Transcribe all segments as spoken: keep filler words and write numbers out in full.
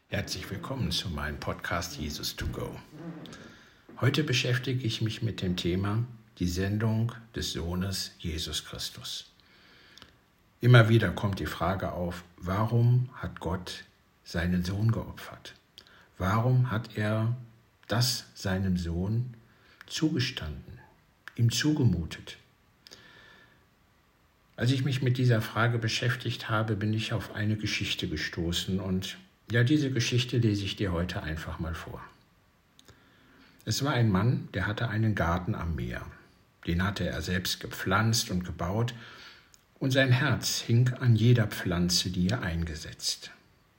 Herzlich willkommen zu meinem Podcast Jesus to go. Heute beschäftige ich mich mit dem Thema die Sendung des Sohnes Jesus Christus. Immer wieder kommt die Frage auf, warum hat Gott seinen Sohn geopfert? Warum hat er das seinem Sohn zugestanden, ihm zugemutet? Als ich mich mit dieser Frage beschäftigt habe, bin ich auf eine Geschichte gestoßen und ja, diese Geschichte lese ich dir heute einfach mal vor. Es war ein Mann, der hatte einen Garten am Meer. Den hatte er selbst gepflanzt und gebaut und sein Herz hing an jeder Pflanze, die er eingesetzt.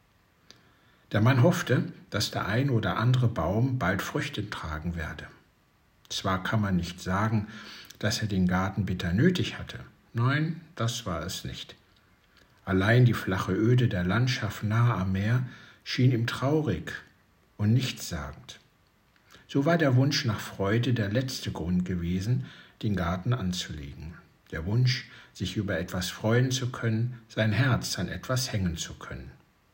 Der Mann hoffte, dass der ein oder andere Baum bald Früchte tragen werde. Zwar kann man nicht sagen, dass er den Garten bitter nötig hatte. Nein, das war es nicht. Allein die flache Öde der Landschaft nahe am Meer schien ihm traurig und nichtssagend. So war der Wunsch nach Freude der letzte Grund gewesen, den Garten anzulegen. Der Wunsch, sich über etwas freuen zu können, sein Herz an etwas hängen zu können.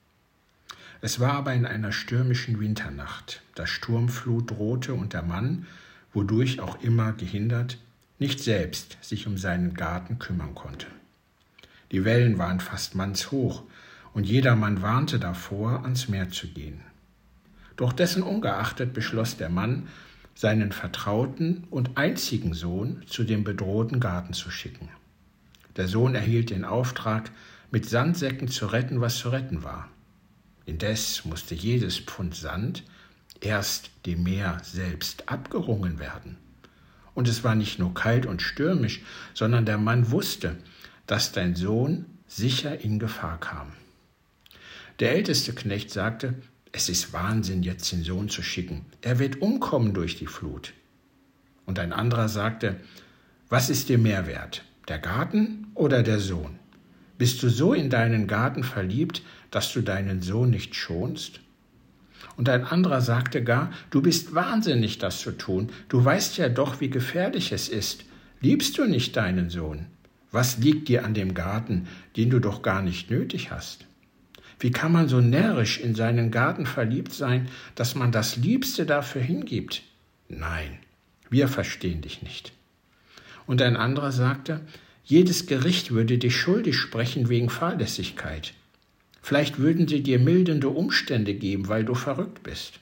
Es war aber in einer stürmischen Winternacht, da Sturmflut drohte und der Mann, wodurch auch immer gehindert, nicht selbst sich um seinen Garten kümmern konnte. Die Wellen waren fast mannshoch und jedermann warnte davor, ans Meer zu gehen. Doch dessen ungeachtet beschloss der Mann, seinen vertrauten und einzigen Sohn zu dem bedrohten Garten zu schicken. Der Sohn erhielt den Auftrag, mit Sandsäcken zu retten, was zu retten war. Indes musste jedes Pfund Sand erst dem Meer selbst abgerungen werden. Und es war nicht nur kalt und stürmisch, sondern der Mann wusste, dass dein Sohn sicher in Gefahr kam. Der älteste Knecht sagte, es ist Wahnsinn, jetzt den Sohn zu schicken. Er wird umkommen durch die Flut. Und ein anderer sagte, was ist dir mehr wert, der Garten oder der Sohn? Bist du so in deinen Garten verliebt, dass du deinen Sohn nicht schonst? Und ein anderer sagte gar, du bist wahnsinnig, das zu tun. Du weißt ja doch, wie gefährlich es ist. Liebst du nicht deinen Sohn? Was liegt dir an dem Garten, den du doch gar nicht nötig hast? Wie kann man so närrisch in seinen Garten verliebt sein, dass man das Liebste dafür hingibt? Nein, wir verstehen dich nicht. Und ein anderer sagte, jedes Gericht würde dich schuldig sprechen wegen Fahrlässigkeit. Vielleicht würden sie dir mildernde Umstände geben, weil du verrückt bist.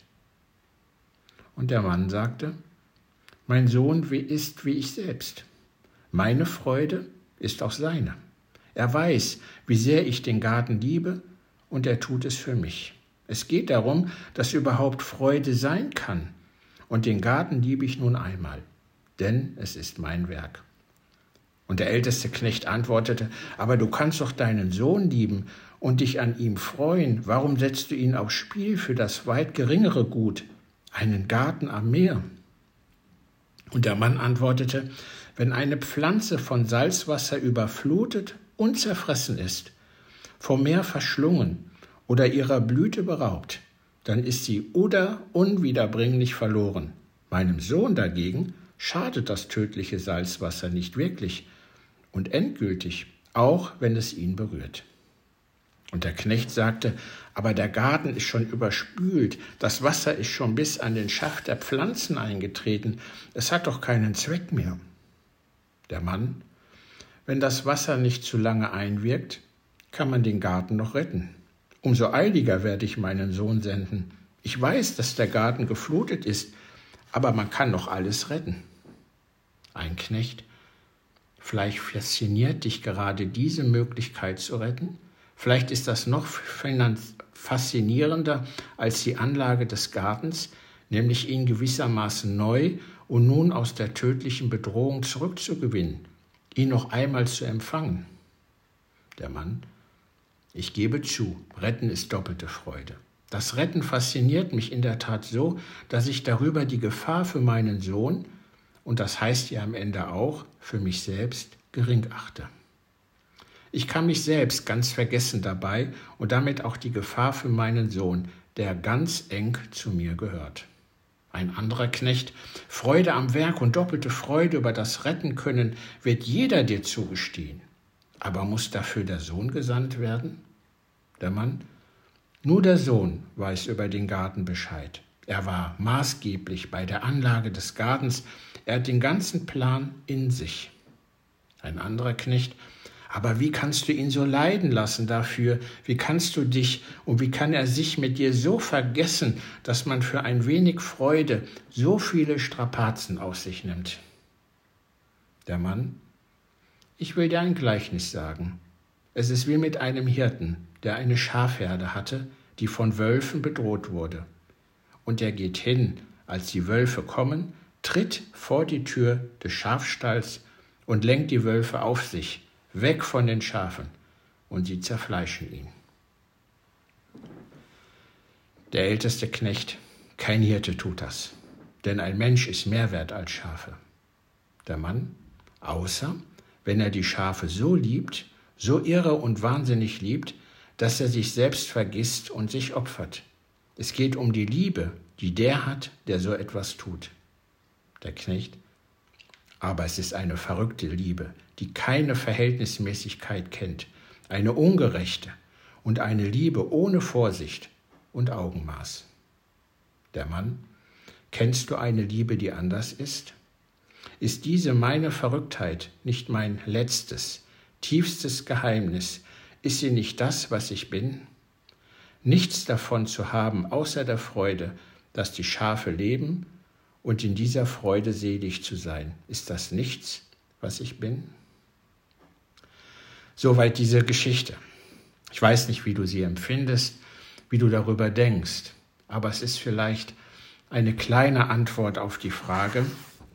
Und der Mann sagte, mein Sohn ist wie ich selbst. Meine Freude ist auch seine. Er weiß, wie sehr ich den Garten liebe und er tut es für mich. Es geht darum, dass überhaupt Freude sein kann. Und den Garten liebe ich nun einmal, denn es ist mein Werk. Und der älteste Knecht antwortete, aber du kannst doch deinen Sohn lieben und dich an ihm freuen. Warum setzt du ihn aufs Spiel für das weit geringere Gut, einen Garten am Meer? Und der Mann antwortete, wenn eine Pflanze von Salzwasser überflutet und zerfressen ist, vom Meer verschlungen oder ihrer Blüte beraubt, dann ist sie oder unwiederbringlich verloren. Meinem Sohn dagegen schadet das tödliche Salzwasser nicht wirklich und endgültig, auch wenn es ihn berührt. Und der Knecht sagte, aber der Garten ist schon überspült, das Wasser ist schon bis an den Schaft der Pflanzen eingetreten, es hat doch keinen Zweck mehr. Der Mann, wenn das Wasser nicht zu lange einwirkt, kann man den Garten noch retten. Umso eiliger werde ich meinen Sohn senden. Ich weiß, dass der Garten geflutet ist, aber man kann noch alles retten. Ein Knecht, vielleicht fasziniert dich gerade diese Möglichkeit zu retten? Vielleicht ist das noch faszinierender als die Anlage des Gartens, nämlich ihn gewissermaßen neu und nun aus der tödlichen Bedrohung zurückzugewinnen, ihn noch einmal zu empfangen. Der Mann, ich gebe zu, Retten ist doppelte Freude. Das Retten fasziniert mich in der Tat so, dass ich darüber die Gefahr für meinen Sohn, und das heißt ja am Ende auch für mich selbst, gering achte. Ich kann mich selbst ganz vergessen dabei und damit auch die Gefahr für meinen Sohn, der ganz eng zu mir gehört. Ein anderer Knecht, Freude am Werk und doppelte Freude über das Retten können, wird jeder dir zugestehen. Aber muss dafür der Sohn gesandt werden? Der Mann, Nur der Sohn weiß über den Garten Bescheid. Er war maßgeblich bei der Anlage des Gartens. Er hat den ganzen Plan in sich. Ein anderer Knecht: Aber wie kannst du ihn so leiden lassen dafür? Wie kannst du dich und wie kann er sich mit dir so vergessen, dass man für ein wenig Freude so viele Strapazen auf sich nimmt? Der Mann: Ich will dir ein Gleichnis sagen. Es ist wie mit einem Hirten, der eine Schafherde hatte, die von Wölfen bedroht wurde. Und er geht hin, als die Wölfe kommen, tritt vor die Tür des Schafstalls und lenkt die Wölfe auf sich, weg von den Schafen, und sie zerfleischen ihn. Der älteste Knecht: Kein Hirte tut das, denn ein Mensch ist mehr wert als Schafe. Der Mann: Außer wenn er die Schafe so liebt, so irre und wahnsinnig liebt, dass er sich selbst vergisst und sich opfert. Es geht um die Liebe, die der hat, der so etwas tut. Der Knecht: Aber es ist eine verrückte Liebe, die keine Verhältnismäßigkeit kennt, eine ungerechte und eine Liebe ohne Vorsicht und Augenmaß. Der Mann: Kennst du eine Liebe, die anders ist? Ist diese meine Verrücktheit nicht mein letztes, tiefstes Geheimnis? Ist sie nicht das, was ich bin? Nichts davon zu haben, außer der Freude, dass die Schafe leben und in dieser Freude selig zu sein. Ist das nichts, was ich bin? Soweit diese Geschichte. Ich weiß nicht, wie du sie empfindest, wie du darüber denkst, aber es ist vielleicht eine kleine Antwort auf die Frage: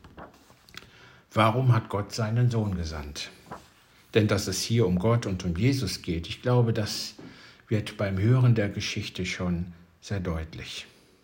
Warum hat Gott seinen Sohn gesandt? Denn dass es hier um Gott und um Jesus geht, ich glaube, das wird beim Hören der Geschichte schon sehr deutlich.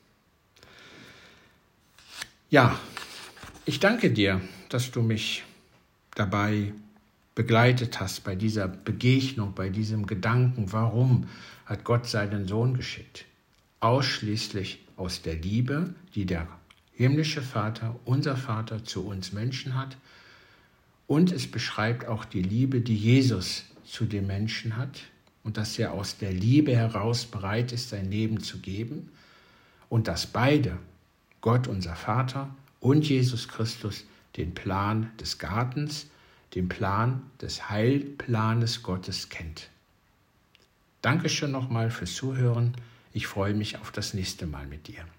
Ja, ich danke dir, dass du mich dabei begleitet hast, bei dieser Begegnung, bei diesem Gedanken, warum hat Gott seinen Sohn geschickt? Ausschließlich aus der Liebe, die der himmlische Vater, unser Vater, zu uns Menschen hat. Und es beschreibt auch die Liebe, die Jesus zu den Menschen hat und dass er aus der Liebe heraus bereit ist, sein Leben zu geben und dass beide, Gott unser Vater und Jesus Christus, den Plan des Gartens, den Plan des Heilplanes Gottes kennt. Dankeschön nochmal fürs Zuhören. Ich freue mich auf das nächste Mal mit dir.